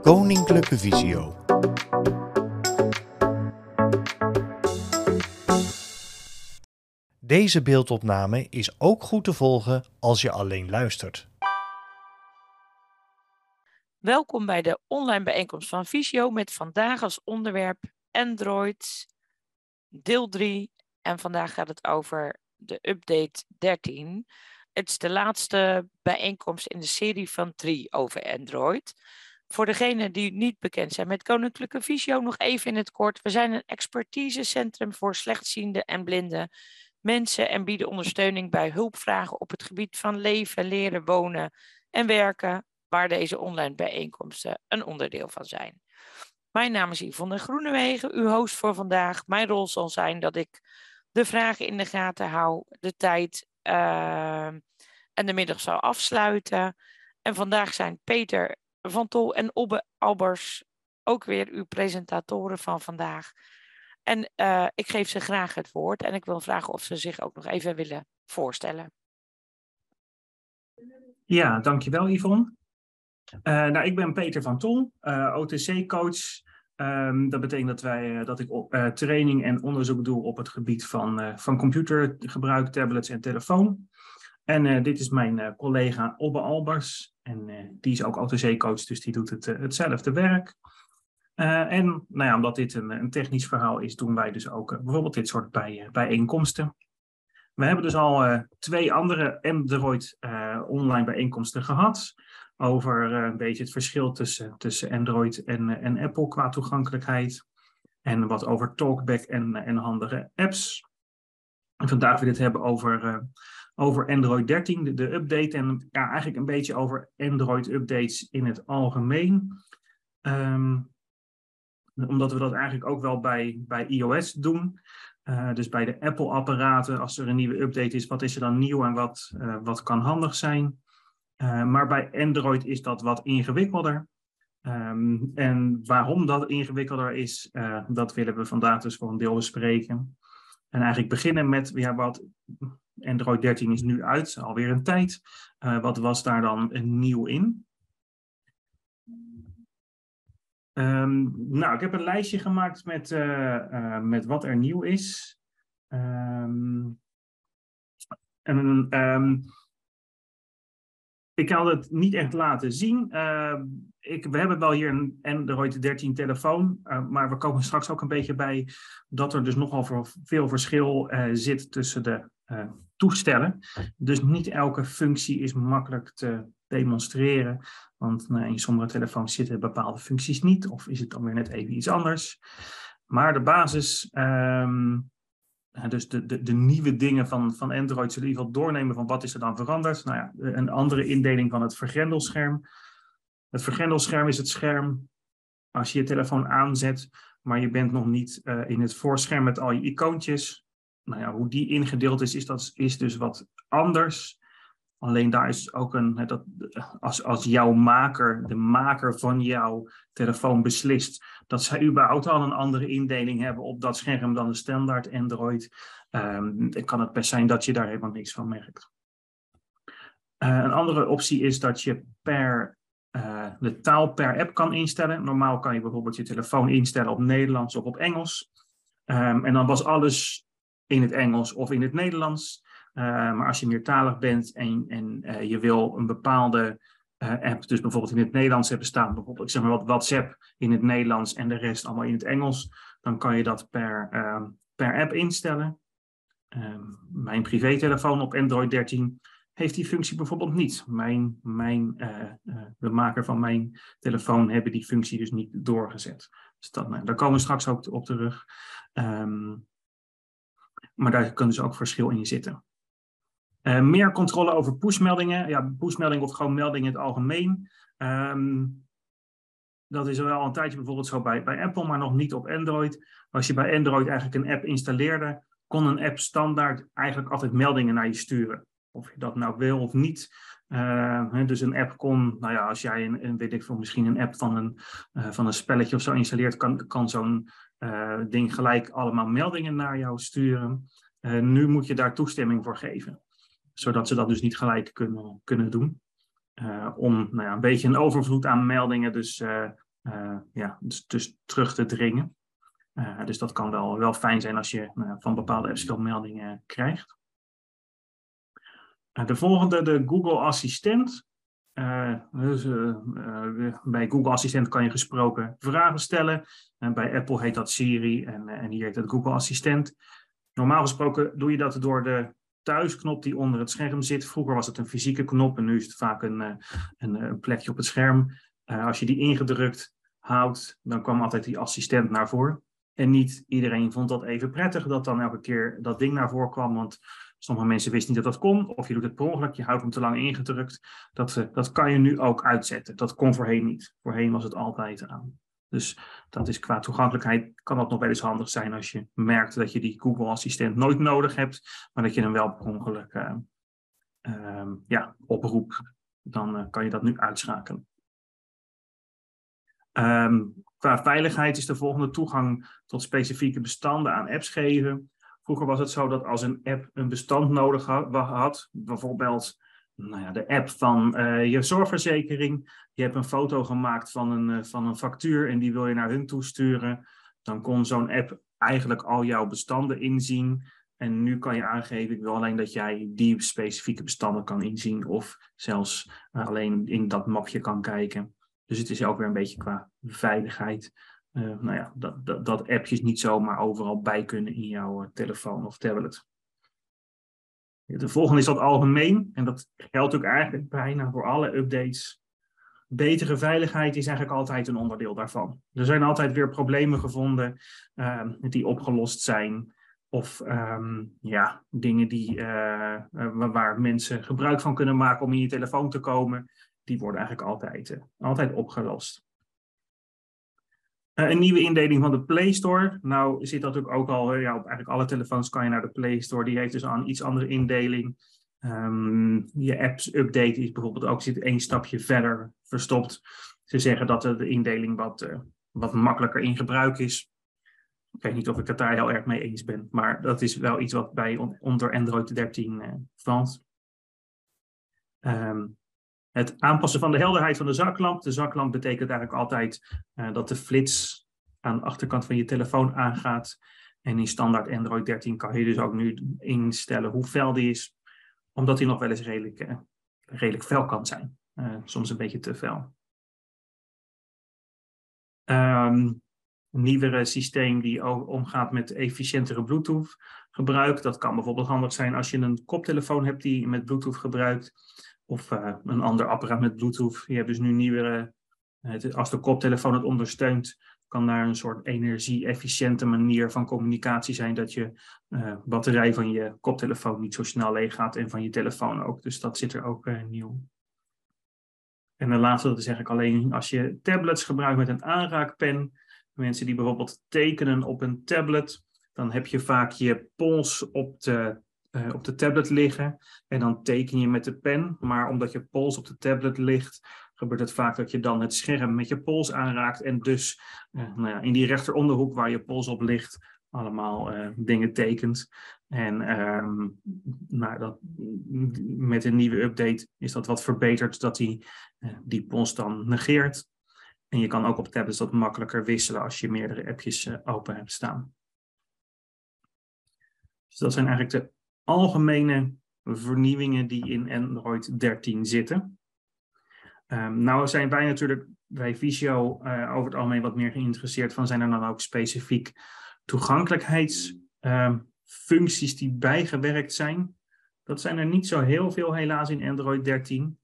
Koninklijke Visio. Deze beeldopname is ook goed te volgen als je alleen luistert. Welkom bij de online bijeenkomst van Visio met vandaag als onderwerp Android deel 3. En vandaag gaat het over de update 13. Het is de laatste bijeenkomst in de serie van 3 over Android. Voor degenen die niet bekend zijn met Koninklijke Visio, nog even in het kort. We zijn een expertisecentrum voor slechtziende en blinde mensen en bieden ondersteuning bij hulpvragen op het gebied van leven, leren, wonen en werken, waar deze online bijeenkomsten een onderdeel van zijn. Mijn naam is Yvonne Groenewegen, uw host voor vandaag. Mijn rol zal zijn dat ik de vragen in de gaten hou, de tijd en de middag zal afsluiten. En vandaag zijn Peter van Tol en Obbe Albers ook weer uw presentatoren van vandaag. En ik geef ze graag het woord en ik wil vragen of ze zich ook nog even willen voorstellen. Ja, dankjewel Yvonne. Ik ben Peter van Tol, OTC-coach. Dat betekent dat ik training en onderzoek doe op het gebied van computergebruik, tablets en telefoon. En dit is mijn collega Obbe Albers. En die is ook OTC-coach, dus die doet hetzelfde werk. Omdat dit een technisch verhaal is, doen wij dus ook bijvoorbeeld dit soort bijeenkomsten. We hebben dus al 2 andere Android online bijeenkomsten gehad. Over een beetje het verschil tussen Android en Apple qua toegankelijkheid. En wat over Talkback en andere apps. En vandaag wil ik het hebben over Android 13, de update. En ja, eigenlijk een beetje over Android updates in het algemeen. Omdat we dat eigenlijk ook wel bij iOS doen. Dus bij de Apple-apparaten, als er een nieuwe update is, wat is er dan nieuw en wat kan handig zijn? Maar bij Android is dat wat ingewikkelder. En waarom dat ingewikkelder is, dat willen we vandaag dus voor een deel bespreken. En eigenlijk beginnen met, wat Android 13 is nu uit, alweer een tijd. Wat was daar dan nieuw in? Ik heb een lijstje gemaakt met wat er nieuw is. Ik kan het niet echt laten zien. We hebben wel hier een Android 13 telefoon, maar we komen straks ook een beetje bij dat er dus nogal veel verschil zit tussen de toestellen. Dus niet elke functie is makkelijk te demonstreren, want in sommige telefoons zitten bepaalde functies niet, of is het dan weer net even iets anders. Maar de basis, dus de nieuwe dingen van Android zullen in ieder geval doornemen van wat is er dan veranderd. Een andere indeling van het vergrendelscherm. Het vergrendelscherm is het scherm als je je telefoon aanzet, maar je bent nog niet in het voorscherm met al je icoontjes. Hoe die ingedeeld is dus wat anders. Alleen daar is ook als jouw maker, de maker van jouw telefoon beslist dat zij überhaupt al een andere indeling hebben op dat scherm dan de standaard Android, dan kan het best zijn dat je daar helemaal niks van merkt. Een andere optie is dat je de taal per app kan instellen. Normaal kan je bijvoorbeeld je telefoon instellen op Nederlands of op Engels. En dan was alles in het Engels of in het Nederlands. Maar als je meertalig bent en je wil een bepaalde app, dus bijvoorbeeld in het Nederlands hebben staan, bijvoorbeeld ik zeg maar wat WhatsApp in het Nederlands en de rest allemaal in het Engels, dan kan je dat per app instellen. Mijn privételefoon op Android 13 heeft die functie bijvoorbeeld niet. De maker van mijn telefoon hebben die functie dus niet doorgezet. Dus daar komen we straks ook op terug. Maar daar kan dus ook verschil in zitten. Meer controle over pushmeldingen. Ja, pushmeldingen of gewoon meldingen in het algemeen. Dat is wel een tijdje bijvoorbeeld zo bij Apple, maar nog niet op Android. Als je bij Android eigenlijk een app installeerde, kon een app standaard eigenlijk altijd meldingen naar je sturen. Of je dat nou wil of niet. Dus een app kon, als jij misschien een app van een spelletje of zo installeert, kan zo'n ding gelijk allemaal meldingen naar jou sturen. Nu moet je daar toestemming voor geven. Zodat ze dat dus niet gelijk kunnen doen. Om een beetje een overvloed aan meldingen dus dus terug te dringen. Dus dat kan wel fijn zijn als je van bepaalde apps veel meldingen krijgt. De volgende, de Google Assistent. Bij Google Assistent kan je gesproken vragen stellen. Bij Apple heet dat Siri en hier heet het Google Assistent. Normaal gesproken doe je dat door de thuisknop die onder het scherm zit. Vroeger was het een fysieke knop en nu is het vaak een plekje op het scherm. Als je die ingedrukt houdt, dan kwam altijd die assistent naar voren. En niet iedereen vond dat even prettig dat dan elke keer dat ding naar voren kwam, want sommige mensen wisten niet dat dat kon, of je doet het per ongeluk, je houdt hem te lang ingedrukt. Dat kan je nu ook uitzetten. Dat kon voorheen niet. Voorheen was het altijd aan. Dus dat is qua toegankelijkheid, kan dat nog wel eens handig zijn als je merkt dat je die Google Assistent nooit nodig hebt, maar dat je hem wel per ongeluk oproept. Dan kan je dat nu uitschakelen. Qua veiligheid is de volgende toegang tot specifieke bestanden aan apps geven. Vroeger was het zo dat als een app een bestand nodig had, bijvoorbeeld de app van je zorgverzekering, je hebt een foto gemaakt van een factuur en die wil je naar hun toesturen, dan kon zo'n app eigenlijk al jouw bestanden inzien. En nu kan je aangeven, ik wil alleen dat jij die specifieke bestanden kan inzien of zelfs alleen in dat mapje kan kijken. Dus het is ook weer een beetje qua veiligheid. Dat appjes niet zomaar overal bij kunnen in jouw telefoon of tablet. De volgende is dat algemeen. En dat geldt ook eigenlijk bijna voor alle updates. Betere veiligheid is eigenlijk altijd een onderdeel daarvan. Er zijn altijd weer problemen gevonden die opgelost zijn. Of dingen waar mensen gebruik van kunnen maken om in je telefoon te komen. Die worden eigenlijk altijd opgelost. Een nieuwe indeling van de Play Store. Nou zit dat natuurlijk ook al, op eigenlijk alle telefoons kan je naar de Play Store. Die heeft dus een iets andere indeling. Je apps update is bijvoorbeeld ook, zit 1 stapje verder verstopt. Ze zeggen dat de indeling wat makkelijker in gebruik is. Ik weet niet of ik het daar heel erg mee eens ben. Maar dat is wel iets wat onder Android 13 valt. Het aanpassen van de helderheid van de zaklamp. De zaklamp betekent eigenlijk altijd dat de flits aan de achterkant van je telefoon aangaat. En in standaard Android 13 kan je dus ook nu instellen hoe fel die is. Omdat die nog wel eens redelijk fel kan zijn. Soms een beetje te fel. Een nieuwere systeem die omgaat met efficiëntere Bluetooth gebruik. Dat kan bijvoorbeeld handig zijn als je een koptelefoon hebt die met Bluetooth gebruikt. Of een ander apparaat met Bluetooth. Je hebt dus nu nieuwere, als de koptelefoon het ondersteunt, kan daar een soort energie-efficiënte manier van communicatie zijn dat je batterij van je koptelefoon niet zo snel leeg gaat en van je telefoon ook. Dus dat zit er ook nieuw. En de laatste, dat is eigenlijk alleen als je tablets gebruikt met een aanraakpen. Mensen die bijvoorbeeld tekenen op een tablet, dan heb je vaak je pols op de tablet liggen en dan teken je met de pen. Maar omdat je pols op de tablet ligt, gebeurt het vaak dat je dan het scherm met je pols aanraakt en dus in die rechteronderhoek waar je pols op ligt allemaal dingen tekent. En met een nieuwe update is dat wat verbeterd, dat die pols dan negeert. En je kan ook op tablets dat makkelijker wisselen als je meerdere appjes open hebt staan. Dus dat zijn eigenlijk de algemene vernieuwingen die in Android 13 zitten. Nou zijn wij natuurlijk bij Visio over het algemeen wat meer geïnteresseerd van, zijn er dan ook specifiek toegankelijkheidsfuncties die bijgewerkt zijn. Dat zijn er niet zo heel veel helaas in Android 13.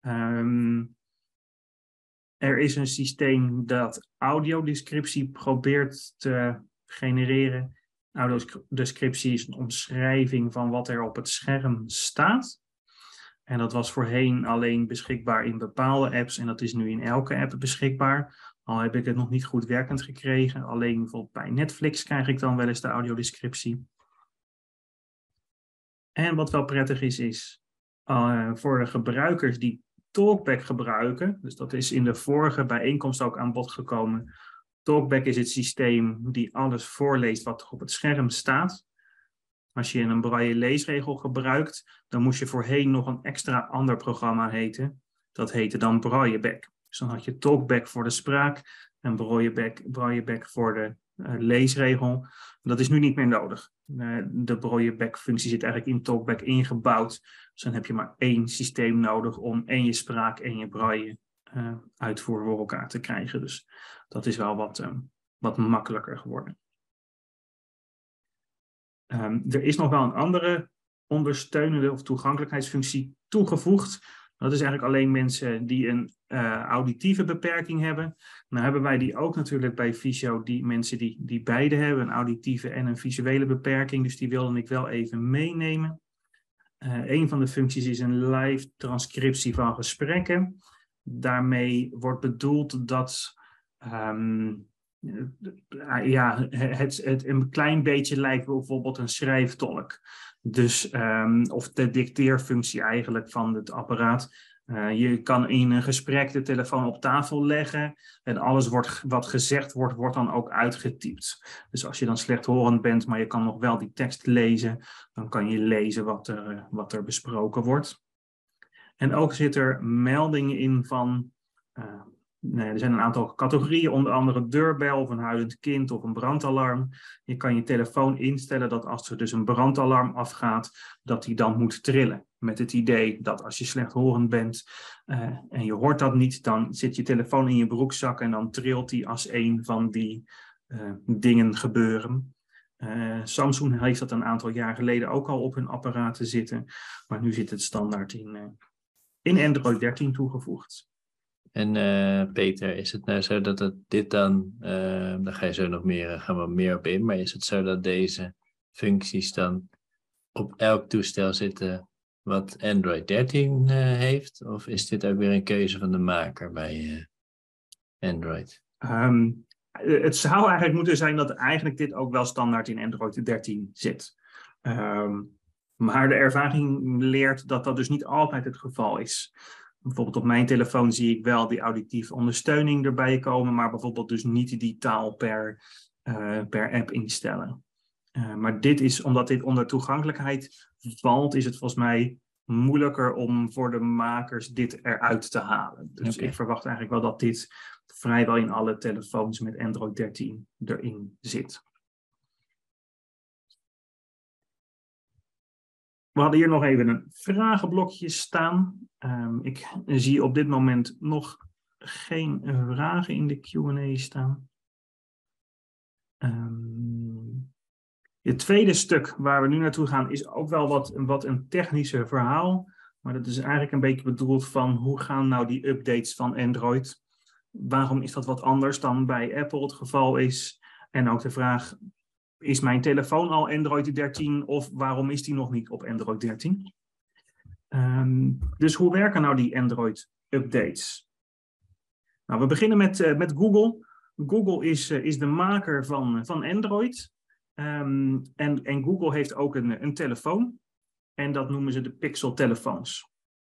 Er is een systeem dat audiodescriptie probeert te genereren. Audiodescriptie is een omschrijving van wat er op het scherm staat. En dat was voorheen alleen beschikbaar in bepaalde apps en dat is nu in elke app beschikbaar. Al heb ik het nog niet goed werkend gekregen. Alleen bijvoorbeeld bij Netflix krijg ik dan wel eens de audiodescriptie. En wat wel prettig is voor de gebruikers die Talkback gebruiken. Dus dat is in de vorige bijeenkomst ook aan bod gekomen. Talkback is het systeem die alles voorleest wat er op het scherm staat. Als je een braille leesregel gebruikt, dan moest je voorheen nog een extra ander programma heten. Dat heette dan Brailleback. Dus dan had je Talkback voor de spraak en braillebek voor de leesregel. Dat is nu niet meer nodig. De braillebek-functie zit eigenlijk in TalkBack ingebouwd. Dus dan heb je maar 1 systeem nodig om en je spraak en je braille uitvoer voor elkaar te krijgen. Dus dat is wel wat makkelijker geworden. Er is nog wel een andere ondersteunende of toegankelijkheidsfunctie toegevoegd. Dat is eigenlijk alleen mensen die een auditieve beperking hebben. Nou hebben wij die ook natuurlijk bij Visio, die mensen die beide hebben, een auditieve en een visuele beperking. Dus die wilde ik wel even meenemen. Een van de functies is een live transcriptie van gesprekken. Daarmee wordt bedoeld dat het een klein beetje lijkt bijvoorbeeld een schrijftolk. Dus, of de dicteerfunctie eigenlijk van het apparaat. Je kan in een gesprek de telefoon op tafel leggen en alles wat gezegd wordt dan ook uitgetypt. Dus als je dan slechthorend bent, maar je kan nog wel die tekst lezen, dan kan je lezen wat er besproken wordt. En ook zit er meldingen in van... er zijn een aantal categorieën, onder andere deurbel of een huilend kind of een brandalarm. Je kan je telefoon instellen dat als er dus een brandalarm afgaat, dat die dan moet trillen. Met het idee dat als je slechthorend bent en je hoort dat niet, dan zit je telefoon in je broekzak en dan trilt die als een van die dingen gebeuren. Samsung heeft dat een aantal jaar geleden ook al op hun apparaten zitten, maar nu zit het standaard in Android 13 toegevoegd. En Peter, is het nou zo dat dit dan, daar ga je zo nog gaan we meer op in, maar is het zo dat deze functies dan op elk toestel zitten wat Android 13 heeft? Of is dit ook weer een keuze van de maker bij Android? Het zou eigenlijk moeten zijn dat eigenlijk dit ook wel standaard in Android 13 zit. Maar de ervaring leert dat dat dus niet altijd het geval is. Bijvoorbeeld op mijn telefoon zie ik wel die auditieve ondersteuning erbij komen, maar bijvoorbeeld dus niet die taal per app instellen. Maar dit is, omdat dit onder toegankelijkheid valt, is het volgens mij moeilijker om voor de makers dit eruit te halen. Dus Ik verwacht eigenlijk wel dat dit vrijwel in alle telefoons met Android 13 erin zit. We hadden hier nog even een vragenblokje staan. Ik zie op dit moment nog geen vragen in de Q&A staan. Het tweede stuk waar we nu naartoe gaan is ook wel wat een technische verhaal. Maar dat is eigenlijk een beetje bedoeld van hoe gaan nou die updates van Android? Waarom is dat wat anders dan bij Apple het geval is? En ook de vraag, is mijn telefoon al Android 13 of waarom is die nog niet op Android 13? Dus hoe werken nou die Android updates? Nou, we beginnen met Google. Google is de maker van Android. En Google heeft ook een telefoon. En dat noemen ze de Pixel-telefoons.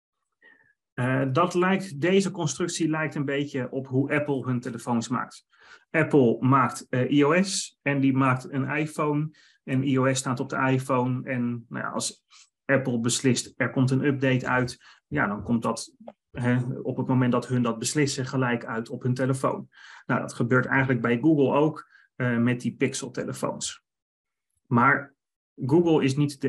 Deze constructie lijkt een beetje op hoe Apple hun telefoons maakt. Apple maakt iOS en die maakt een iPhone. En iOS staat op de iPhone. En nou ja, als Apple beslist, er komt een update uit. Ja, dan komt dat op het moment dat hun dat beslissen gelijk uit op hun telefoon. Nou, dat gebeurt eigenlijk bij Google ook met die Pixel-telefoons. Maar Google is niet het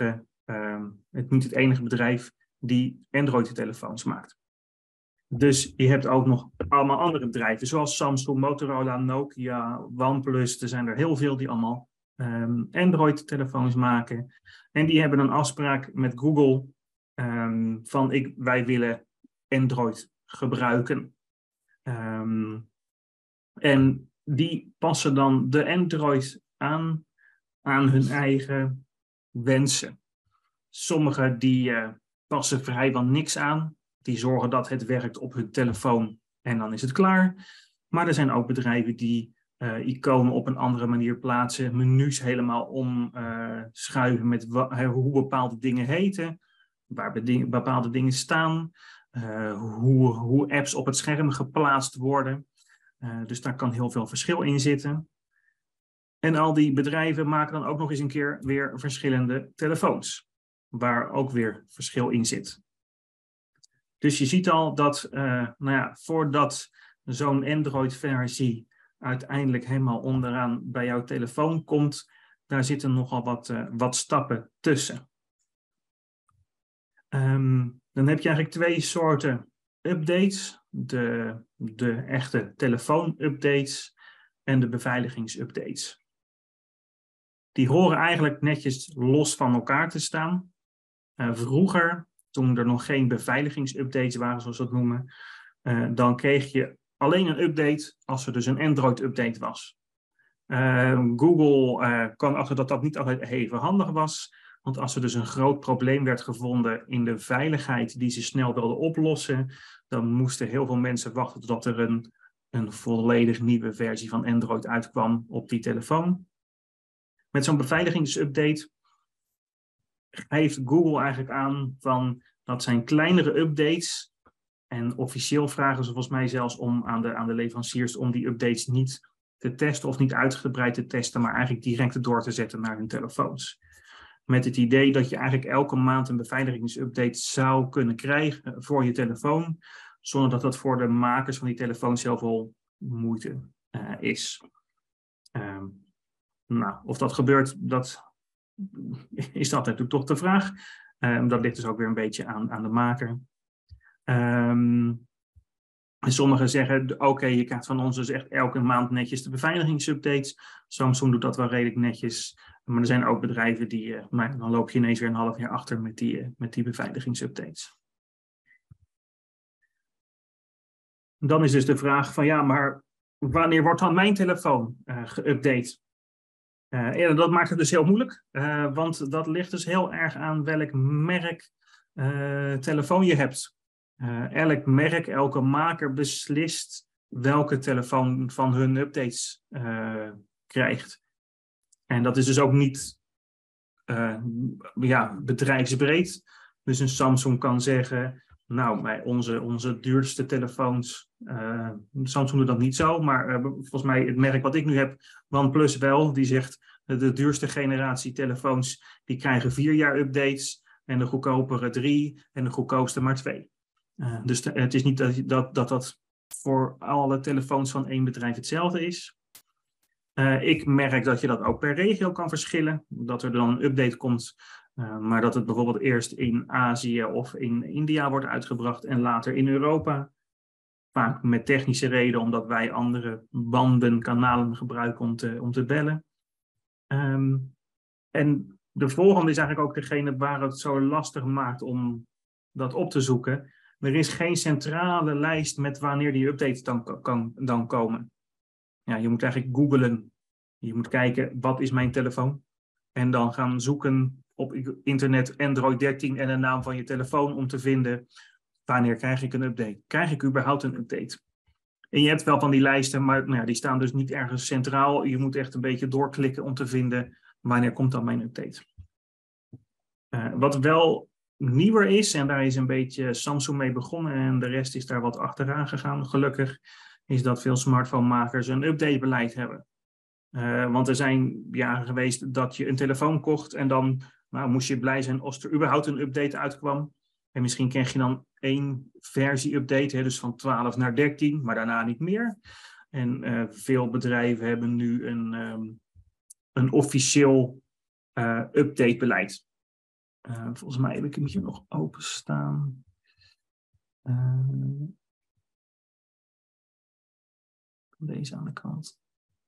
enige bedrijf die Android-telefoons maakt. Dus je hebt ook nog allemaal andere bedrijven, zoals Samsung, Motorola, Nokia, OnePlus. Er zijn er heel veel die allemaal Android-telefoons maken. En die hebben een afspraak met Google van wij willen Android gebruiken. En die passen dan de Android aan hun eigen wensen. Sommigen die passen vrijwel niks aan. Die zorgen dat het werkt op hun telefoon en dan is het klaar. Maar er zijn ook bedrijven die iconen op een andere manier plaatsen. Menus helemaal omschuiven met hoe bepaalde dingen heten. Waar bepaalde dingen staan. Hoe apps op het scherm geplaatst worden. Dus daar kan heel veel verschil in zitten. En al die bedrijven maken dan ook nog eens een keer weer verschillende telefoons. Waar ook weer verschil in zit. Dus je ziet al dat voordat zo'n Android-versie uiteindelijk helemaal onderaan bij jouw telefoon komt, daar zitten nogal wat stappen tussen. Dan heb je eigenlijk 2 soorten updates. De echte telefoon-updates en de beveiligingsupdates. Die horen eigenlijk netjes los van elkaar te staan. Vroeger, toen er nog geen beveiligingsupdates waren, zoals we dat noemen, dan kreeg je alleen een update als er dus een Android-update was. Google kwam achter dat dat niet altijd even handig was. Want als er dus een groot probleem werd gevonden in de veiligheid die ze snel wilden oplossen, dan moesten heel veel mensen wachten totdat er een volledig nieuwe versie van Android uitkwam op die telefoon. Met zo'n beveiligingsupdate geeft Google eigenlijk aan van dat zijn kleinere updates. En officieel vragen ze volgens mij zelfs om aan de leveranciers om die updates niet te testen of niet uitgebreid te testen, maar eigenlijk direct door te zetten naar hun telefoons. Met het idee dat je eigenlijk elke maand een beveiligingsupdate zou kunnen krijgen voor je telefoon, zonder dat dat voor de makers van die telefoons heel veel moeite is. Of dat gebeurt, dat is natuurlijk toch de vraag. Dat ligt dus ook weer een beetje aan de maker. Sommigen zeggen, oké, je krijgt van ons dus echt elke maand netjes de beveiligingsupdates. Samsung doet dat wel redelijk netjes. Maar er zijn ook bedrijven die, dan loop je ineens weer een half jaar achter met die beveiligingsupdates. Dan is dus de vraag van, ja, maar wanneer wordt dan mijn telefoon geüpdate? Dat maakt het dus heel moeilijk, want dat ligt dus heel erg aan welk merk telefoon je hebt. Elk merk, elke maker beslist welke telefoon van hun updates krijgt. En dat is dus ook niet bedrijfsbreed. Dus een Samsung kan zeggen, nou, bij onze duurste telefoons, Samsung doet dat niet zo, maar volgens mij het merk wat ik nu heb, OnePlus wel, die zegt de duurste generatie telefoons, die krijgen 4 jaar updates en de goedkopere 3 en de goedkoopste maar 2. Dus het is niet dat voor alle telefoons van één bedrijf hetzelfde is. Ik merk dat je dat ook per regio kan verschillen. Dat er dan een update komt, maar dat het bijvoorbeeld eerst in Azië of in India wordt uitgebracht en later in Europa. Vaak met technische reden, omdat wij andere banden, kanalen gebruiken om te bellen. En de volgende is eigenlijk ook degene waar het zo lastig maakt om dat op te zoeken. Er is geen centrale lijst met wanneer die updates dan komen. Ja, je moet eigenlijk googlen. Je moet kijken, wat is mijn telefoon? En dan gaan zoeken op internet Android 13 en de naam van je telefoon om te vinden, wanneer krijg ik een update? Krijg ik überhaupt een update? En je hebt wel van die lijsten, maar die staan dus niet ergens centraal. Je moet echt een beetje doorklikken om te vinden, wanneer komt dan mijn update? Wat wel nieuwer is, en daar is een beetje Samsung mee begonnen en de rest is daar wat achteraan gegaan, gelukkig, is dat veel smartphonemakers een updatebeleid hebben. Want er zijn jaren geweest dat je een telefoon kocht en dan moest je blij zijn als er überhaupt een update uitkwam. En misschien kreeg je dan 1 versie-update, dus van 12 naar 13, maar daarna niet meer. En veel bedrijven hebben nu een officieel updatebeleid. Volgens mij heb ik hem hier nog openstaan. Deze aan de kant.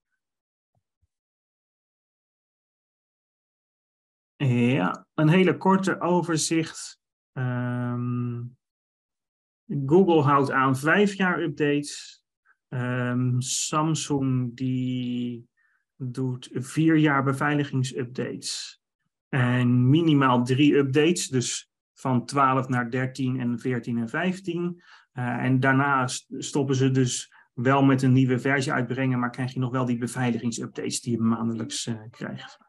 Ja, een hele korte overzicht. Google houdt aan 5 jaar updates. Samsung die doet 4 jaar beveiligingsupdates. En minimaal 3 updates, dus van 12 naar 13 en 14 en 15. En daarna stoppen ze dus wel met een nieuwe versie uitbrengen, maar krijg je nog wel die beveiligingsupdates die je maandelijks krijgt.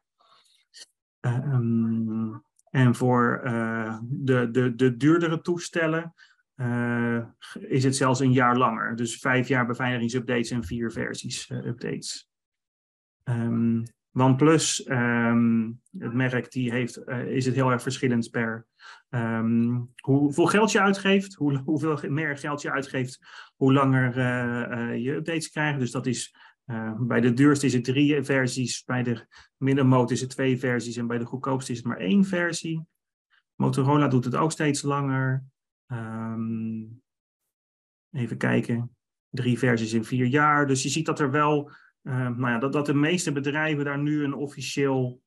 En voor de duurdere toestellen is het zelfs een jaar langer. Dus 5 jaar beveiligingsupdates en 4 versies updates. OnePlus, het merk, is het heel erg verschillend per hoeveel geld je uitgeeft. Hoeveel meer geld je uitgeeft, hoe langer je updates krijgt. Dus dat is bij de duurste is het 3 versies, bij de middenmoot is het 2 versies en bij de goedkoopste is het maar 1 versie. Motorola doet het ook steeds langer. Even kijken. 3 versies in 4 jaar. Dus je ziet dat er wel... dat de meeste bedrijven daar nu een officieel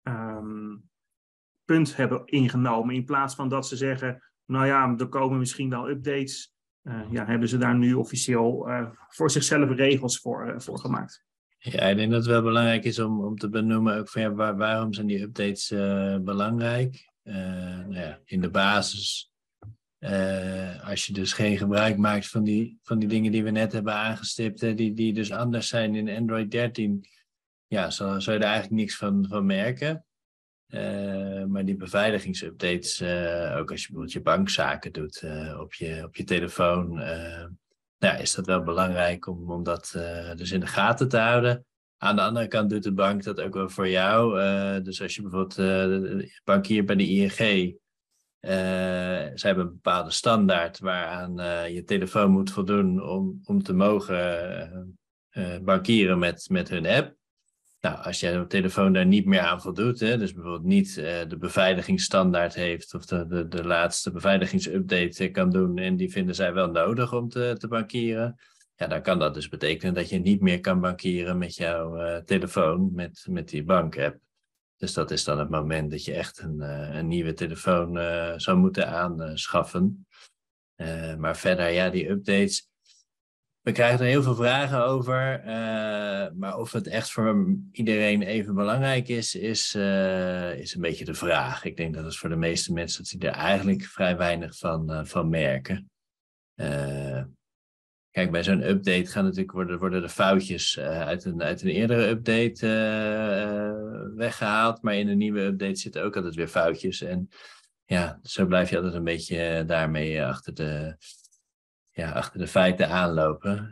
punt hebben ingenomen. In plaats van dat ze zeggen, nou ja, er komen misschien wel updates. Hebben ze daar nu officieel voor zichzelf regels voor gemaakt. Ja, ik denk dat het wel belangrijk is om te benoemen ook van waarom zijn die updates belangrijk? In de basis, als je dus geen gebruik maakt van die dingen die we net hebben aangestipt, die dus anders zijn in Android 13, zou je er eigenlijk niks van merken. Maar die beveiligingsupdates, ook als je bijvoorbeeld je bankzaken doet op je telefoon, is dat wel belangrijk om dat dus in de gaten te houden. Aan de andere kant doet de bank dat ook wel voor jou. Dus als je bijvoorbeeld bankiert bij de ING, ze hebben een bepaalde standaard waaraan je telefoon moet voldoen om te mogen bankieren met hun app. Nou, als jij op telefoon daar niet meer aan voldoet, dus bijvoorbeeld niet de beveiligingsstandaard heeft of de laatste beveiligingsupdate kan doen en die vinden zij wel nodig om te bankieren, dan kan dat dus betekenen dat je niet meer kan bankieren met jouw telefoon, met die bankapp. Dus dat is dan het moment dat je echt een nieuwe telefoon zou moeten aanschaffen. Maar verder, die updates. We krijgen er heel veel vragen over. Maar of het echt voor iedereen even belangrijk is een beetje de vraag. Ik denk dat het voor de meeste mensen dat die er eigenlijk vrij weinig van merken. Kijk, bij zo'n update worden de foutjes uit een eerdere update weggehaald. Maar in een nieuwe update zitten ook altijd weer foutjes. En zo blijf je altijd een beetje daarmee achter de feiten aanlopen.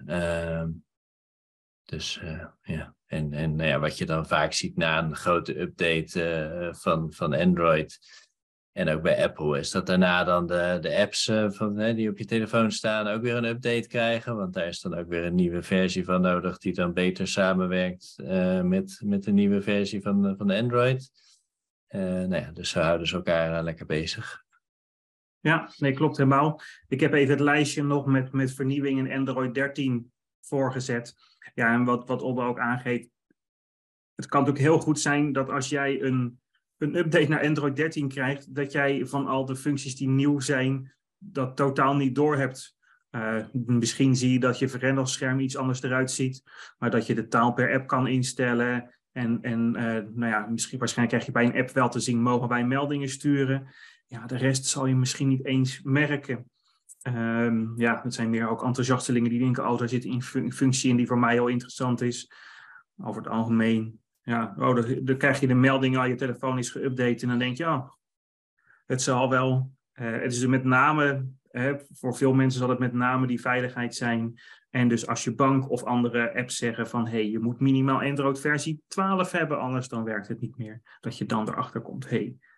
En wat je dan vaak ziet na een grote update van Android en ook bij Apple, is dat daarna dan de apps die op je telefoon staan ook weer een update krijgen. Want daar is dan ook weer een nieuwe versie van nodig die dan beter samenwerkt met de nieuwe versie van Android. Dus zo houden ze elkaar lekker bezig. Ja, nee, klopt helemaal. Ik heb even het lijstje nog met vernieuwing in Android 13 voorgezet. Ja, en wat Obbe ook aangeeft. Het kan natuurlijk heel goed zijn dat als jij een update naar Android 13 krijgt, dat jij van al de functies die nieuw zijn, dat totaal niet doorhebt. Misschien zie je dat je vergrendelscherm iets anders eruit ziet, maar dat je de taal per app kan instellen. Waarschijnlijk krijg je bij een app wel te zien, mogen wij meldingen sturen. Ja, de rest zal je misschien niet eens merken. Het zijn meer ook enthousiastelingen die denken, daar zit een functie in die voor mij heel interessant is. Over het algemeen, dan krijg je de melding, je telefoon is geüpdate en dan denk je, het zal wel. Het is met name, voor veel mensen zal het met name die veiligheid zijn. En dus als je bank of andere apps zeggen van, je moet minimaal Android versie 12 hebben, anders dan werkt het niet meer. Dat je dan erachter komt,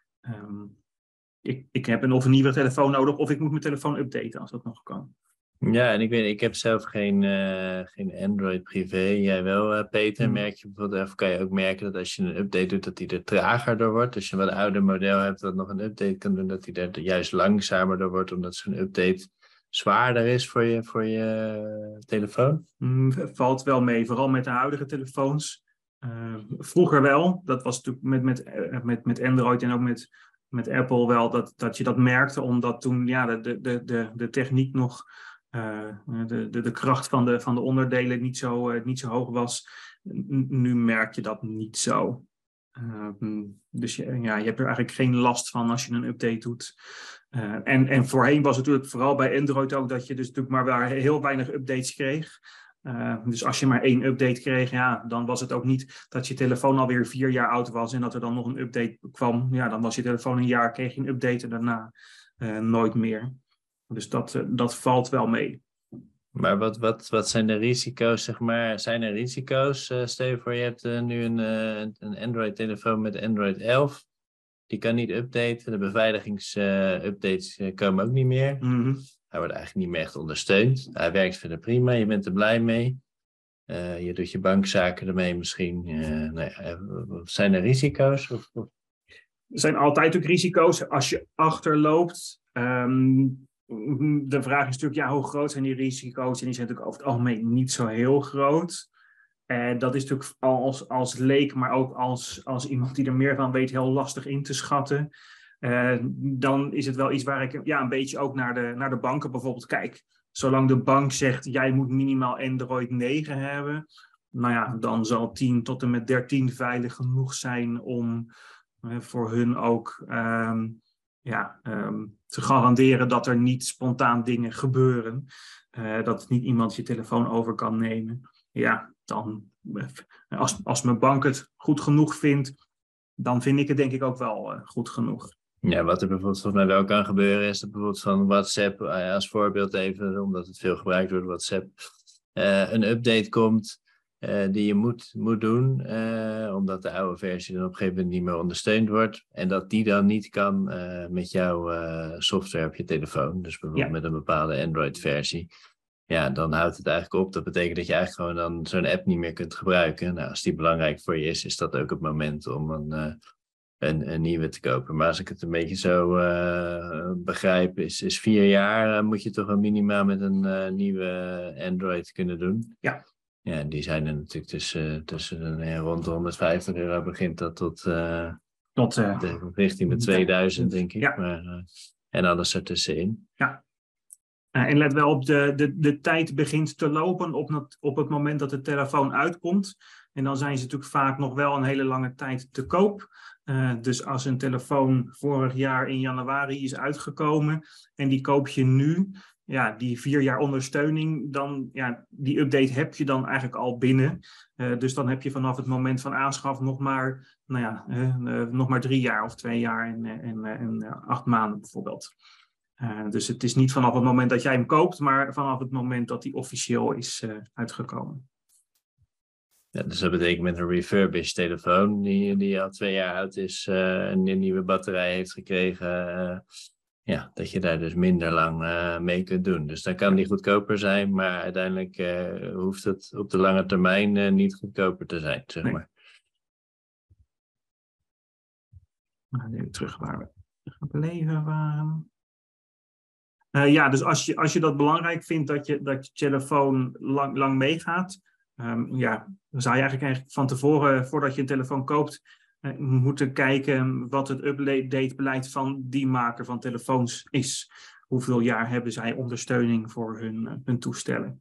ik heb een nieuwe telefoon nodig of ik moet mijn telefoon updaten als dat nog kan. Ja, en ik heb zelf geen Android privé. Jij wel, Peter. Merk je bijvoorbeeld, of kan je ook merken dat als je een update doet, dat die er trager door wordt? Als je een wat ouder model hebt dat nog een update kan doen, dat die er juist langzamer door wordt, omdat zo'n update zwaarder is voor je telefoon? Valt wel mee, vooral met de huidige telefoons. Vroeger wel, dat was natuurlijk met Android en ook met Apple wel, dat je dat merkte, omdat toen de techniek nog, de kracht van de onderdelen niet zo hoog was. Nu merk je dat niet zo. Dus je hebt er eigenlijk geen last van als je een update doet. En voorheen was het natuurlijk vooral bij Android ook dat je dus natuurlijk maar heel weinig updates kreeg. Dus als je maar 1 update kreeg, dan was het ook niet dat je telefoon alweer 4 jaar oud was en dat er dan nog een update kwam. Dan was je telefoon een jaar, kreeg je een update en daarna nooit meer. Dus dat valt wel mee. Maar wat zijn de risico's, zeg maar? Zijn er risico's? Stel je voor, je hebt nu een Android-telefoon met Android 11. Die kan niet updaten. De beveiligingsupdates komen ook niet meer. Mhm. Hij wordt eigenlijk niet meer echt ondersteund. Hij werkt verder prima. Je bent er blij mee. Je doet je bankzaken ermee misschien. Zijn er risico's? Er zijn altijd ook risico's als je achterloopt. De vraag is natuurlijk, ja, hoe groot zijn die risico's? En die zijn natuurlijk over het algemeen niet zo heel groot. Dat is natuurlijk als leek, maar ook als iemand die er meer van weet, heel lastig in te schatten. Dan is het wel iets waar ik een beetje ook naar de banken bijvoorbeeld kijk. Zolang de bank zegt, jij moet minimaal Android 9 hebben. Nou ja, dan zal 10 tot en met 13 veilig genoeg zijn om voor hun ook te garanderen dat er niet spontaan dingen gebeuren. Dat niet iemand je telefoon over kan nemen. Ja, dan als mijn bank het goed genoeg vindt, dan vind ik het denk ik ook wel goed genoeg. Ja, wat er bijvoorbeeld volgens mij wel kan gebeuren is dat bijvoorbeeld van WhatsApp, als voorbeeld even, omdat het veel gebruikt wordt, WhatsApp, een update komt die je moet doen, omdat de oude versie dan op een gegeven moment niet meer ondersteund wordt. En dat die dan niet kan met jouw software op je telefoon, dus bijvoorbeeld met een bepaalde Android-versie. Ja, dan houdt het eigenlijk op. Dat betekent dat je eigenlijk gewoon dan zo'n app niet meer kunt gebruiken. Nou, als die belangrijk voor je is dat ook het moment om een nieuwe te kopen. Maar als ik het een beetje zo begrijp, is 4 jaar moet je toch een minimaal met een nieuwe Android kunnen doen. Ja. Ja, die zijn er natuurlijk tussen rond de €150 begint dat tot richting de 2000, denk ik. Ja. Maar, en alles ertussenin. Ja. En let wel op, de tijd begint te lopen op het moment dat de telefoon uitkomt. En dan zijn ze natuurlijk vaak nog wel een hele lange tijd te koop. Dus als een telefoon vorig jaar in januari is uitgekomen en die koop je nu, ja, die 4 jaar ondersteuning, dan, ja, die update heb je dan eigenlijk al binnen. Dus dan heb je vanaf het moment van aanschaf nog maar 3 jaar of 2 jaar en 8 maanden bijvoorbeeld. Dus het is niet vanaf het moment dat jij hem koopt, maar vanaf het moment dat hij officieel is uitgekomen. Ja, dus dat betekent met een refurbished telefoon die al 2 jaar oud is en een nieuwe batterij heeft gekregen, dat je daar dus minder lang mee kunt doen. Dus dan kan die goedkoper zijn, maar uiteindelijk hoeft het op de lange termijn niet goedkoper te zijn, zeg maar. We gaan even terug waar we gebleven waren. Dus als je dat belangrijk vindt dat je telefoon lang meegaat, dan zou je eigenlijk van tevoren, voordat je een telefoon koopt, moeten kijken wat het update-beleid van die maker van telefoons is. Hoeveel jaar hebben zij ondersteuning voor hun toestellen?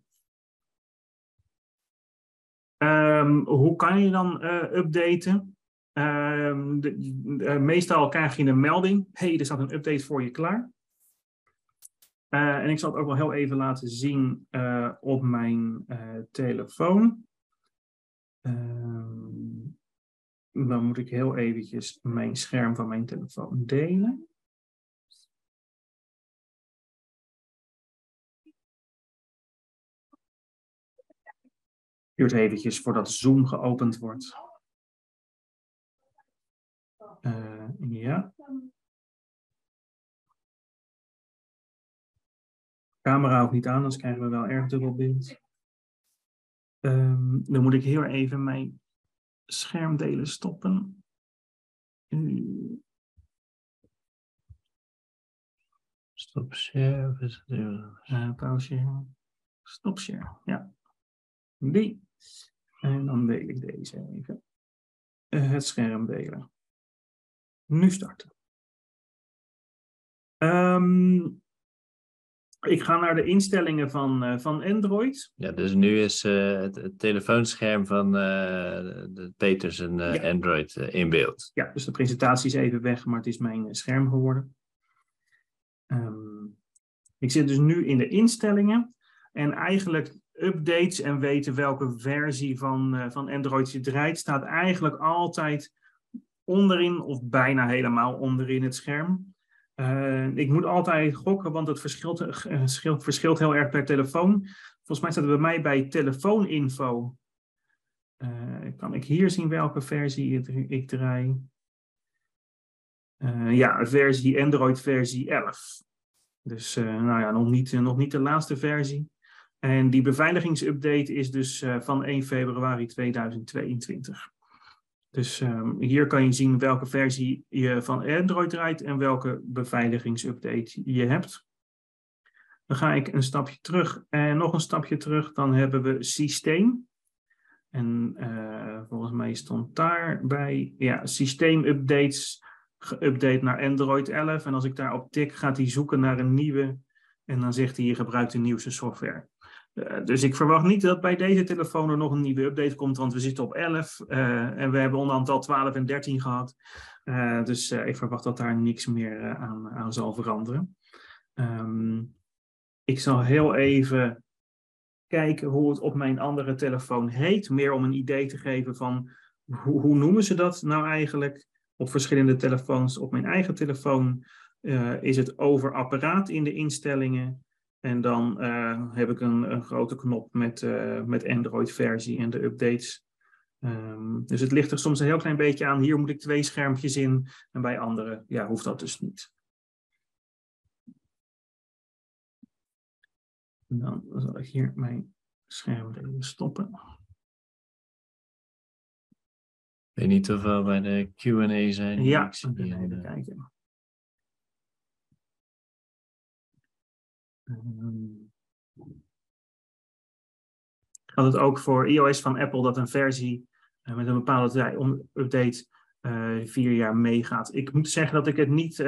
Hoe kan je dan updaten? Meestal krijg je een melding. Hey, er staat een update voor je klaar. En ik zal het ook wel heel even laten zien op mijn telefoon. Dan moet ik heel eventjes mijn scherm van mijn telefoon delen. Duurt eventjes voordat Zoom geopend wordt. Ja. Camera ook niet aan, anders krijgen we wel erg dubbel beeld. Dan moet ik heel even mijn schermdelen stoppen. Stop share. Pauze. Stop share, ja. Die. En dan deel ik deze even. Het scherm delen. Nu starten. Ik ga naar de instellingen van Android. Ja, dus nu is het telefoonscherm van Peter zijn Android in beeld. Ja, dus de presentatie is even weg, maar het is mijn scherm geworden. Ik zit dus nu in de instellingen. En eigenlijk updates en weten welke versie van Android je draait, staat eigenlijk altijd onderin of bijna helemaal onderin het scherm. Ik moet altijd gokken, want het verschilt heel erg per telefoon. volgens mij staat het bij mij bij telefooninfo. Kan ik hier zien welke versie ik draai? Android versie 11. Dus nog niet de laatste versie. En die beveiligingsupdate is dus van 1 februari 2022. Dus hier kan je zien welke versie je van Android draait en welke beveiligingsupdate je hebt. Dan ga ik een stapje terug en nog een stapje terug. Dan hebben we systeem. En volgens mij stond daarbij, systeemupdates geüpdate naar Android 11. En als ik daarop tik, gaat hij zoeken naar een nieuwe. En dan zegt hij, je gebruikt de nieuwste software. Dus ik verwacht niet dat bij deze telefoon er nog een nieuwe update komt, want we zitten op 11 en we hebben onderhand al 12 en 13 gehad. Dus ik verwacht dat daar niks meer aan zal veranderen. Ik zal heel even kijken hoe het op mijn andere telefoon heet, meer om een idee te geven van hoe noemen ze dat nou eigenlijk op verschillende telefoons. Op mijn eigen telefoon is het over apparaat in de instellingen. En dan heb ik een grote knop met Android versie en de updates. Dus het ligt er soms een heel klein beetje aan. Hier moet ik 2 schermpjes in en bij andere hoeft dat dus niet. Dan zal ik hier mijn scherm even stoppen. Ik weet niet of we bij de Q&A zijn. Ja, ik zie even kijken. Gaat het ook voor iOS van Apple dat een versie met een bepaalde update 4 jaar meegaat? Ik moet zeggen dat ik het niet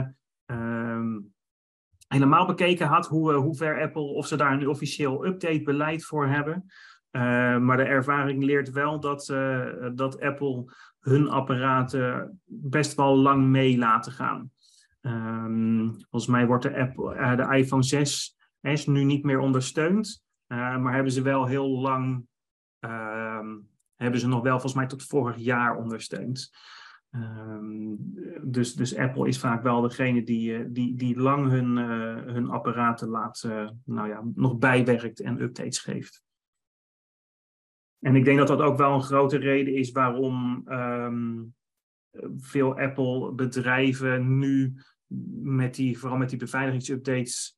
helemaal bekeken had hoe ver Apple, of ze daar een officieel updatebeleid voor hebben. Maar de ervaring leert wel dat Apple hun apparaten best wel lang mee laten gaan. Volgens mij wordt de iPhone 6 nu niet meer ondersteund. Maar hebben ze wel heel lang, hebben ze nog wel volgens mij tot vorig jaar ondersteund. Dus Apple is vaak wel degene die lang hun apparaten nog bijwerkt en updates geeft. En ik denk dat dat ook wel een grote reden is waarom veel Apple bedrijven nu vooral met die beveiligingsupdates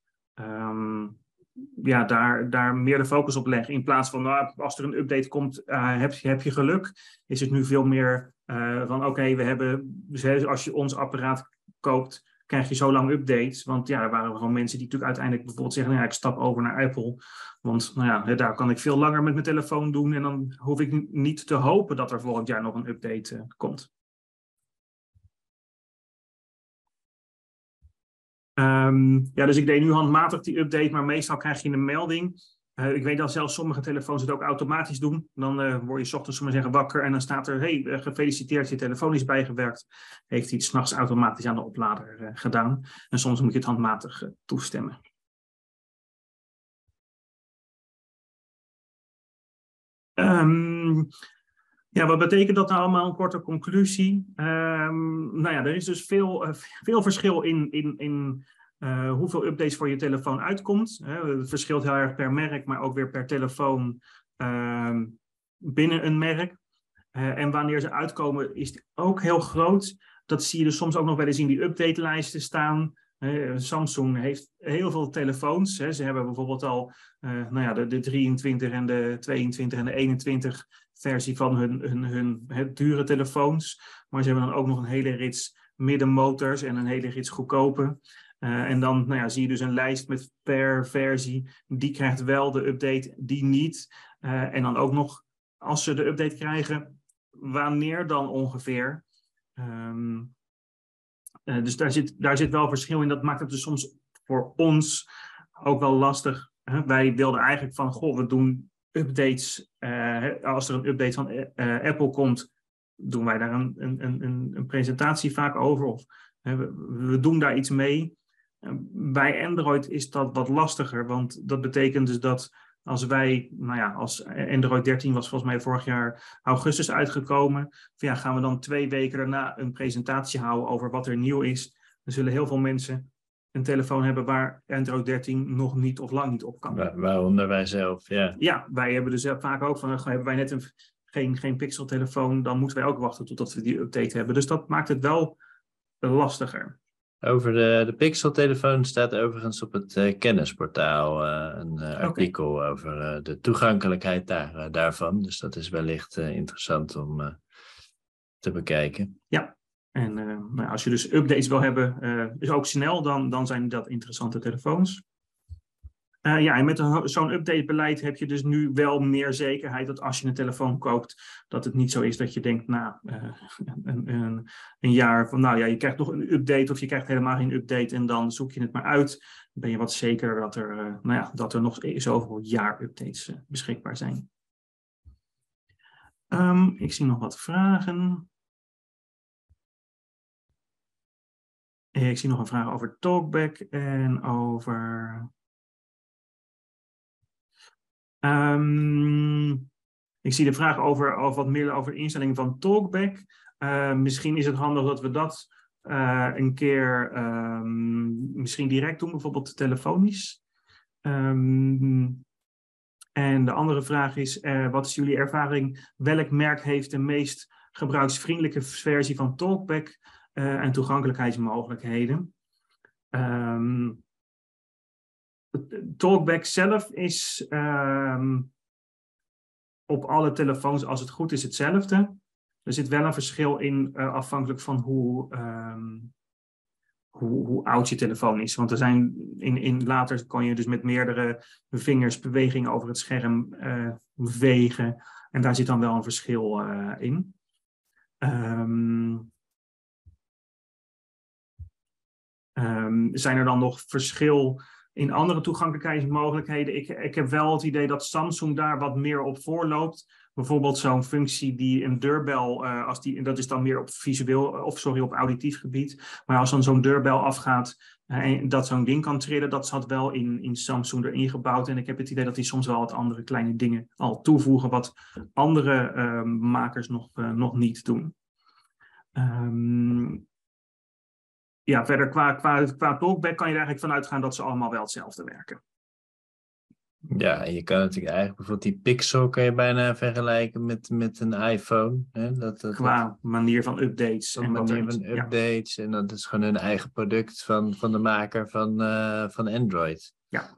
daar meer de focus op leggen. In plaats van als er een update komt, heb je geluk. Is het nu veel meer van oké, we hebben, als je ons apparaat koopt, krijg je zo lang updates. Want er waren gewoon mensen die natuurlijk uiteindelijk bijvoorbeeld zeggen, ik stap over naar Apple. Want daar kan ik veel langer met mijn telefoon doen. En dan hoef ik niet te hopen dat er volgend jaar nog een update komt. Dus ik deed nu handmatig die update, maar meestal krijg je een melding. Ik weet dat zelfs sommige telefoons het ook automatisch doen. Dan word je 's ochtends wakker en dan staat er, gefeliciteerd, je telefoon is bijgewerkt. Heeft hij het 's nachts automatisch aan de oplader gedaan. En soms moet je het handmatig toestemmen. Wat betekent dat nou allemaal? Een korte conclusie. Er is dus veel verschil in hoeveel updates voor je telefoon uitkomt. Het verschilt heel erg per merk, maar ook weer per telefoon binnen een merk. En wanneer ze uitkomen is het ook heel groot. Dat zie je dus soms ook nog wel eens in die updatelijsten staan. Samsung heeft heel veel telefoons. Ze hebben bijvoorbeeld al de 23 en de 22 en de 21 versie van hun dure telefoons. Maar ze hebben dan ook nog een hele rits middenmotors en een hele rits goedkope. En dan zie je dus een lijst met per versie. Die krijgt wel de update, die niet. En dan ook nog, als ze de update krijgen, wanneer dan ongeveer. Dus daar zit wel verschil in. Dat maakt het dus soms voor ons ook wel lastig. Wij wilden eigenlijk van, we doen updates. Als er een update van Apple komt, doen wij daar een presentatie vaak over. Of we doen daar iets mee. Bij Android is dat wat lastiger. Want dat betekent dus dat als wij, als Android 13 was volgens mij vorig jaar augustus uitgekomen. Gaan we dan 2 weken daarna een presentatie houden over wat er nieuw is. Dan zullen heel veel mensen een telefoon hebben waar Android 13 nog niet of lang niet op kan. Waaronder wij zelf, ja. Ja, wij hebben dus vaak ook van, hebben wij net geen Pixel-telefoon, dan moeten wij ook wachten totdat we die update hebben. Dus dat maakt het wel lastiger. Over de Pixel-telefoon staat overigens op het kennisportaal een artikel over de toegankelijkheid daarvan. Dus dat is wellicht interessant om te bekijken. Ja, en als je dus updates wil hebben, is ook snel, dan zijn dat interessante telefoons. En met zo'n updatebeleid heb je dus nu wel meer zekerheid dat als je een telefoon koopt, dat het niet zo is dat je denkt, een jaar van, je krijgt nog een update of je krijgt helemaal geen update en dan zoek je het maar uit. Dan ben je wat zeker dat er nog zoveel jaar updates beschikbaar zijn. Ik zie nog wat vragen. Ik zie nog een vraag over Talkback en over... ik zie de vraag over wat meer over de instellingen van Talkback. Misschien is het handig dat we dat een keer misschien direct doen, bijvoorbeeld telefonisch. En de andere vraag is, wat is jullie ervaring? Welk merk heeft de meest gebruiksvriendelijke versie van Talkback en toegankelijkheidsmogelijkheden? Talkback zelf is op alle telefoons, als het goed is, hetzelfde. Er zit wel een verschil in, afhankelijk van hoe oud je telefoon is. Want er zijn later kan je dus met meerdere vingersbewegingen over het scherm bewegen. En daar zit dan wel een verschil in. Zijn er dan nog verschil in andere toegankelijkheidsmogelijkheden? Ik heb wel het idee dat Samsung daar wat meer op voorloopt. Bijvoorbeeld zo'n functie die een deurbel, dat is dan meer op op auditief gebied. Maar als dan zo'n deurbel afgaat en dat zo'n ding kan trillen, dat zat wel in Samsung erin gebouwd. En ik heb het idee dat die soms wel wat andere kleine dingen al toevoegen, wat andere makers nog niet doen. Verder qua Talkback kan je er eigenlijk vanuit gaan dat ze allemaal wel hetzelfde werken. Ja, en je kan natuurlijk eigenlijk bijvoorbeeld die Pixel kan je bijna vergelijken met een iPhone. Hè? Qua manier van updates. En manier van updates. En dat is gewoon hun eigen product van de maker van Android. Ja.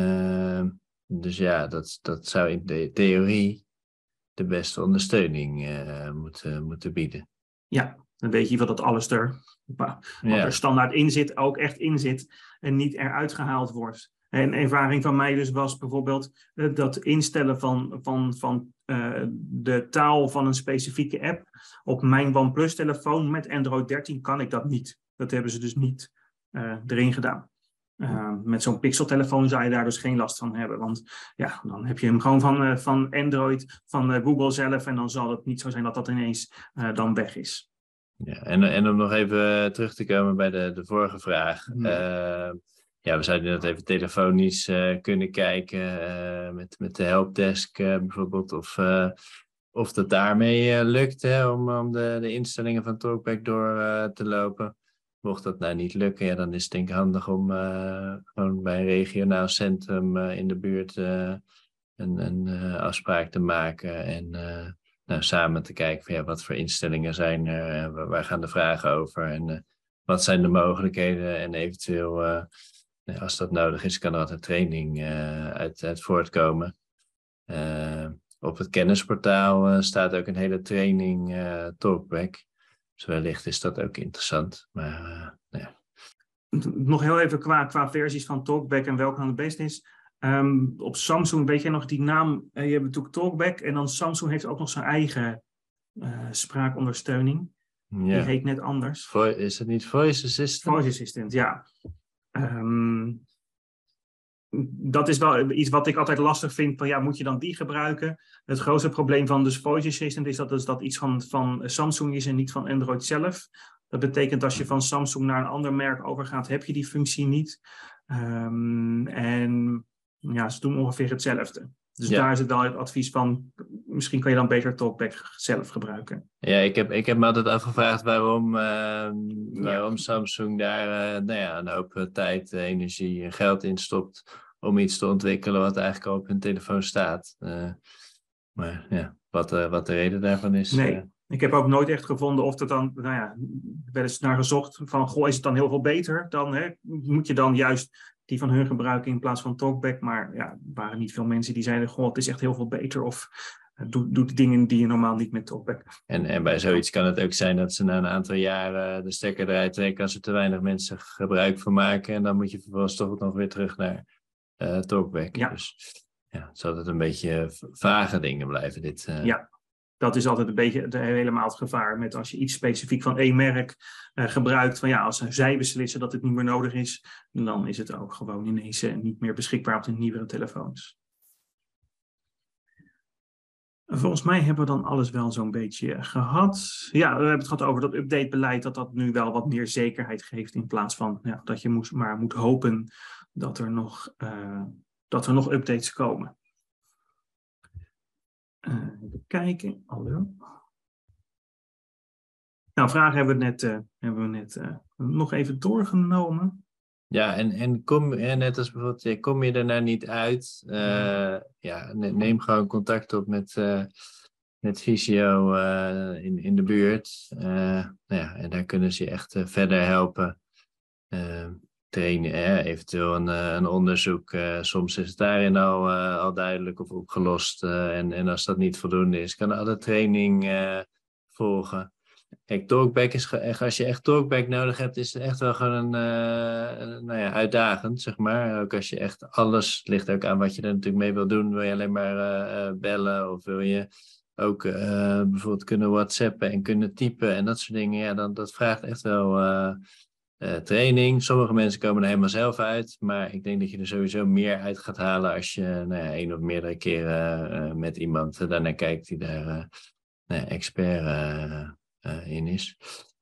Dus ja, dat zou in de theorie de beste ondersteuning moeten bieden. Ja, dan weet je wel dat alles wat er standaard in zit, ook echt in zit en niet eruit gehaald wordt. En ervaring van mij dus was bijvoorbeeld dat instellen van de taal van een specifieke app op mijn OnePlus telefoon met Android 13 kan ik dat niet. Dat hebben ze dus niet erin gedaan. Met zo'n Pixel-telefoon zou je daar dus geen last van hebben. Want ja, dan heb je hem gewoon van Android, van Google zelf. En dan zal het niet zo zijn dat dat ineens dan weg is. Ja, en om nog even terug te komen bij de vorige vraag. We zouden net even telefonisch kunnen kijken met de helpdesk bijvoorbeeld. Of dat daarmee lukt om de instellingen van Talkback door te lopen. Mocht dat nou niet lukken, dan is het denk ik handig om gewoon bij een regionaal centrum in de buurt een afspraak te maken. En samen te kijken van wat voor instellingen zijn er, waar gaan de vragen over en wat zijn de mogelijkheden. En eventueel, als dat nodig is, kan er altijd training uit voortkomen. Op het kennisportaal staat ook een hele training Talkback. Dus wellicht is dat ook interessant. Maar Nog heel even qua versies van Talkback en welke dan het beste is. Op Samsung, weet jij nog die naam? Je hebt natuurlijk Talkback en dan Samsung heeft ook nog zijn eigen spraakondersteuning. Ja. Die heet net anders. Is het niet Voice Assistant? Voice Assistant, ja. Dat is wel iets wat ik altijd lastig vind. Van, moet je dan die gebruiken? Het grootste probleem van de Voice Assistant is dat iets van Samsung is en niet van Android zelf. Dat betekent als je van Samsung naar een ander merk overgaat, heb je die functie niet. Ze doen ongeveer hetzelfde. Dus daar is het wel het advies van, misschien kan je dan beter TalkBack zelf gebruiken. Ja, ik heb me altijd afgevraagd waarom Samsung daar een hoop tijd, energie en geld in stopt om iets te ontwikkelen wat eigenlijk al op hun telefoon staat. Maar ja, wat de reden daarvan is. Nee, ik heb ook nooit echt gevonden of dat dan, wel eens naar gezocht van, goh, is het dan heel veel beter? Dan moet je dan juist die van hun gebruiken in plaats van TalkBack. Maar ja, er waren niet veel mensen die zeiden, goh, het is echt heel veel beter. Of doe de dingen die je normaal niet met TalkBack. En bij zoiets kan het ook zijn dat ze na een aantal jaren de stekker eruit trekken als er te weinig mensen gebruik van maken. En dan moet je vervolgens toch nog weer terug naar TalkBack. Ja. Dus ja, het zal altijd een beetje vage dingen blijven. Ja, dat is altijd een beetje helemaal het gevaar met als je iets specifiek van één merk gebruikt. Van ja, als zij beslissen dat het niet meer nodig is, dan is het ook gewoon ineens niet meer beschikbaar op de nieuwere telefoons. Volgens mij hebben we dan alles wel zo'n beetje gehad. Ja, we hebben het gehad over dat updatebeleid, dat nu wel wat meer zekerheid geeft in plaats van dat je moet hopen dat er nog updates komen. Even kijken. Hallo. Nou, vragen hebben we net nog even doorgenomen. Ja, en net als bijvoorbeeld, kom je er nou niet uit, neem gewoon contact op met Visio in de buurt. En daar kunnen ze je echt verder helpen. Trainen, eventueel een onderzoek. Soms is het daarin al duidelijk of opgelost. En als dat niet voldoende is, kan alle training volgen. Kijk, TalkBack als je echt TalkBack nodig hebt, is het echt wel gewoon uitdagend, zeg maar. Ook als je echt alles, ligt ook aan wat je er natuurlijk mee wil doen. Wil je alleen maar bellen of wil je ook bijvoorbeeld kunnen whatsappen en kunnen typen en dat soort dingen. Ja, dat vraagt echt wel training. Sommige mensen komen er helemaal zelf uit, maar ik denk dat je er sowieso meer uit gaat halen als je één of meerdere keren met iemand daarnaar kijkt die daar expert in is.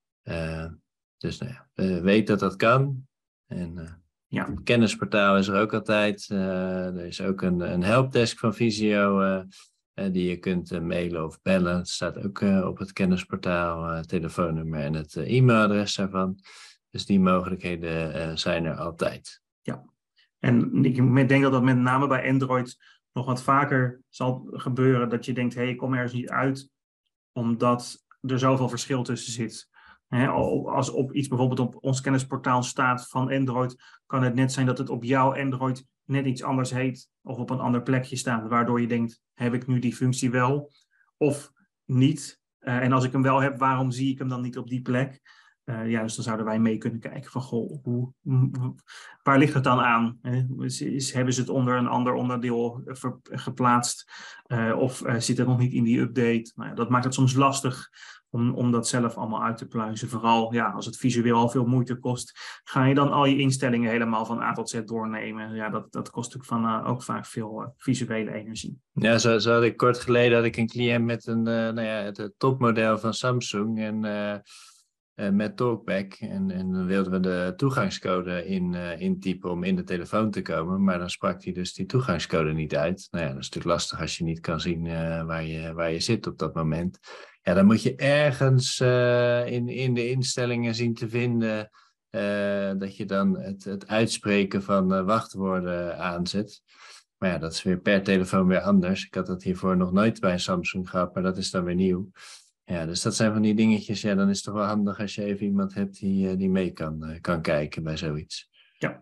Dus weet dat kan. En het kennisportaal is er ook altijd. Er is ook een helpdesk van Visio die je kunt mailen of bellen. Het staat ook op het kennisportaal, telefoonnummer en het e-mailadres daarvan. Dus die mogelijkheden zijn er altijd. Ja, en ik denk dat met name bij Android nog wat vaker zal gebeuren dat je denkt, ik kom ergens niet uit, omdat er zoveel verschil tussen zit. Als op iets bijvoorbeeld op ons kennisportaal staat van Android, kan het net zijn dat het op jouw Android net iets anders heet of op een ander plekje staat, waardoor je denkt, heb ik nu die functie wel of niet? En als ik hem wel heb, waarom zie ik hem dan niet op die plek? Dus dan zouden wij mee kunnen kijken van, goh, waar ligt het dan aan? Hebben ze het onder een ander onderdeel geplaatst? Of zit het nog niet in die update? Nou, dat maakt het soms lastig om dat zelf allemaal uit te pluizen. Vooral als het visueel al veel moeite kost. Ga je dan al je instellingen helemaal van A tot Z doornemen? Ja, dat kost natuurlijk ook vaak veel visuele energie. Ja, zo had ik kort geleden een cliënt met het topmodel van Samsung en met TalkBack. En dan wilden we de toegangscode intypen om in de telefoon te komen. Maar dan sprak hij dus die toegangscode niet uit. Nou ja, dat is natuurlijk lastig als je niet kan zien waar je zit op dat moment. Ja, dan moet je ergens in de instellingen zien te vinden dat je dan het uitspreken van wachtwoorden aanzet. Maar ja, dat is weer per telefoon weer anders. Ik had dat hiervoor nog nooit bij Samsung gehad, maar dat is dan weer nieuw. Ja, dus dat zijn van die dingetjes. Ja, dan is het toch wel handig als je even iemand hebt die mee kan kijken bij zoiets. Ja.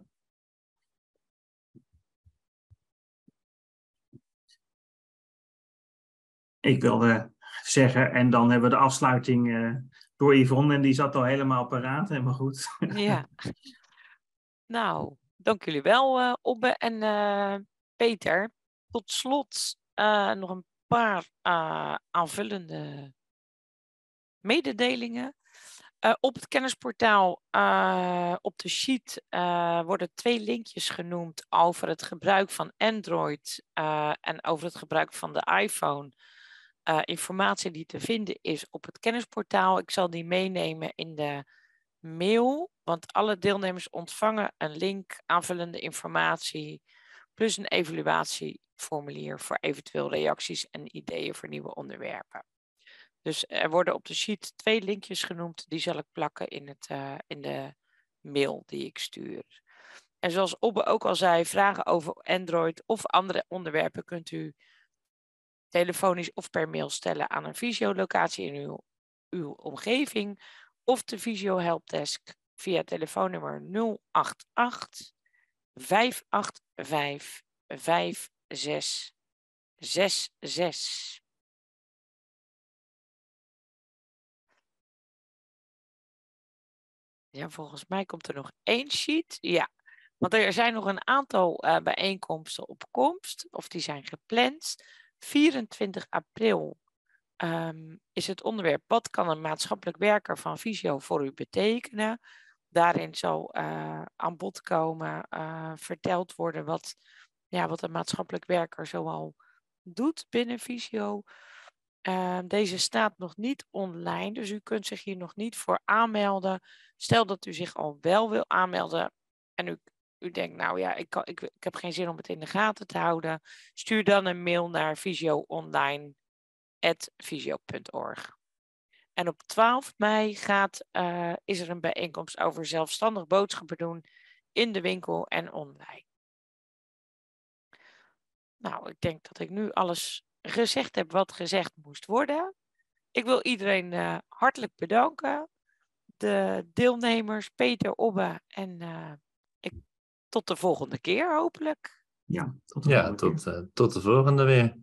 Ik wilde zeggen, en dan hebben we de afsluiting door Yvonne. En die zat al helemaal paraat, helemaal goed. Ja. Nou, dank jullie wel, Obbe en Peter. Tot slot nog een paar aanvullende mededelingen. Op het kennisportaal, op de sheet, worden 2 linkjes genoemd over het gebruik van Android en over het gebruik van de iPhone. Informatie die te vinden is op het kennisportaal. Ik zal die meenemen in de mail, want alle deelnemers ontvangen een link, aanvullende informatie plus een evaluatieformulier voor eventueel reacties en ideeën voor nieuwe onderwerpen. Dus er worden op de sheet 2 linkjes genoemd, die zal ik plakken in de mail die ik stuur. En zoals Obbe ook al zei, vragen over Android of andere onderwerpen kunt u telefonisch of per mail stellen aan een Visio-locatie in uw omgeving of de Visio Helpdesk via telefoonnummer 088 585 5666. Ja, volgens mij komt er nog 1 sheet. Ja, want er zijn nog een aantal bijeenkomsten op komst, of die zijn gepland. 24 april is het onderwerp: wat kan een maatschappelijk werker van Visio voor u betekenen? Daarin zal aan bod komen, verteld worden wat een maatschappelijk werker zoal doet binnen Visio. Deze staat nog niet online, dus u kunt zich hier nog niet voor aanmelden. Stel dat u zich al wel wil aanmelden en u denkt, nou ja, ik heb geen zin om het in de gaten te houden. Stuur dan een mail naar visioonline@visio.org. En op 12 mei is er een bijeenkomst over zelfstandig boodschappen doen in de winkel en online. Nou, ik denk dat ik nu alles gezegd heb wat gezegd moest worden. Ik wil iedereen hartelijk bedanken. De deelnemers, Peter, Obbe en tot de volgende keer hopelijk. Ja, tot de volgende keer. Tot de volgende weer.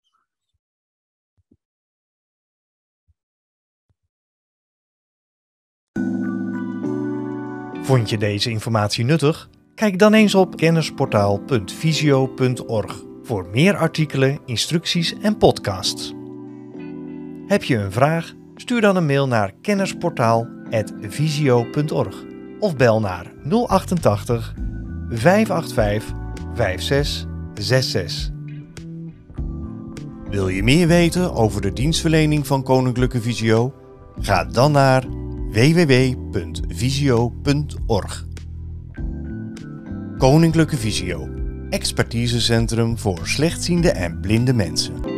Vond je deze informatie nuttig? Kijk dan eens op kennisportaal.visio.org voor meer artikelen, instructies en podcasts. Heb je een vraag? Stuur dan een mail naar kennisportaal@visio.org of bel naar 088 585 5666. Wil je meer weten over de dienstverlening van Koninklijke Visio? Ga dan naar www.visio.org. Koninklijke Visio, expertisecentrum voor slechtziende en blinde mensen.